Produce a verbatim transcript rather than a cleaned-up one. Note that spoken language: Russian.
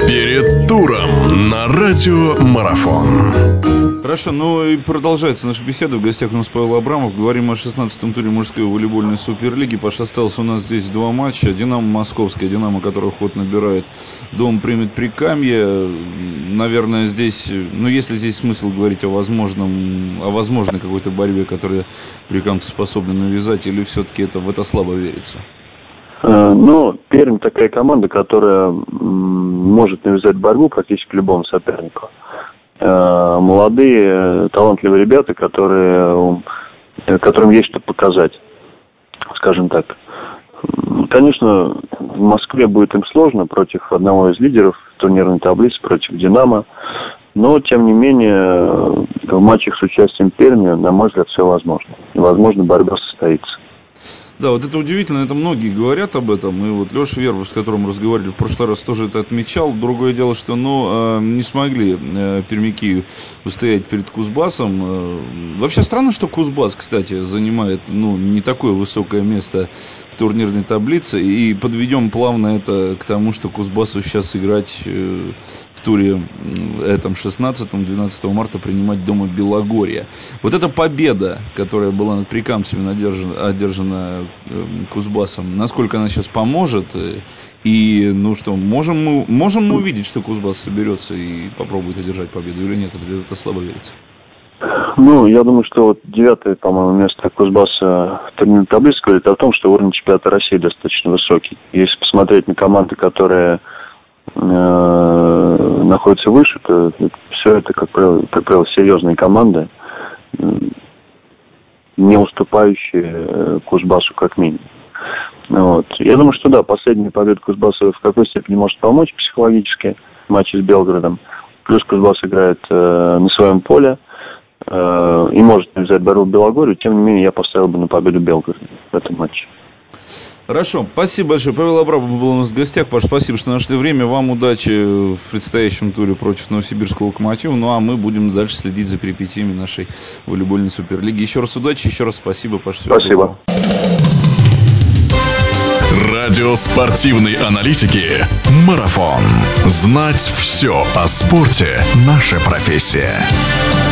Перед туром на радио Марафон. Хорошо, ну и продолжается наша беседа. В гостях у нас Павел Абрамов. Говорим о шестнадцатом туре мужской волейбольной суперлиги. Паша, остался у нас здесь два матча. Динамо Московская, Динамо, который ход набирает, Дом примет Прикамье. Наверное, здесь, ну если здесь смысл говорить о возможном, о возможной какой-то борьбе, которая прикамцы способны навязать, или все-таки это, в это слабо верится? Ну, Пермь такая команда, которая может навязать борьбу практически любому сопернику. Молодые, талантливые ребята, которые, которым есть что показать, скажем так. Конечно, в Москве будет им сложно против одного из лидеров турнирной таблицы, против «Динамо», но, тем не менее, в матчах с участием Перми, на мой взгляд, все возможно. И, возможно, борьба состоится. Да, вот это удивительно, это многие говорят об этом, и вот Леша Вербов, с которым разговаривали в прошлый раз, тоже это отмечал. Другое дело, что, ну, не смогли пермяки устоять перед Кузбассом. Вообще странно, что Кузбасс, кстати, занимает, ну, не такое высокое место в турнирной таблице, и подведем плавно это к тому, что Кузбассу сейчас играть в туре этом шестнадцатом, двенадцатого марта принимать дома Белогорье. Вот эта победа, которая была над прикамцами одержана Кузбассом, насколько она сейчас поможет? И, ну что, можем мы, можем мы увидеть, что Кузбасс соберется и попробует одержать победу, или нет? Или это слабо верится? Ну, я думаю, что вот девятое, по-моему, место Кузбасса в турнирной таблице говорит о том, что уровень чемпионата России достаточно высокий. Если посмотреть на команды, которые э, находятся выше, то все это, как правило, как правило, серьезные команды, не уступающие Кузбассу как минимум. Вот. Я думаю, что да, последняя победа Кузбасса в какой степени может помочь психологически в матче с Белгородом. Плюс Кузбасс играет э, на своем поле э, и может навязать борьбу в Белогорью. Тем не менее, я поставил бы на победу Белгорода в этом матче. Хорошо, спасибо большое. Павел Абрамов был у нас в гостях. Паш, спасибо, что нашли время. Вам удачи в предстоящем туре против Новосибирского Локомотива. Ну, а мы будем дальше следить за перипетиями нашей волейбольной суперлиги. Еще раз удачи, еще раз спасибо, Паш. Спасибо. Радио спортивной аналитики «Марафон». Знать все о спорте – наша профессия.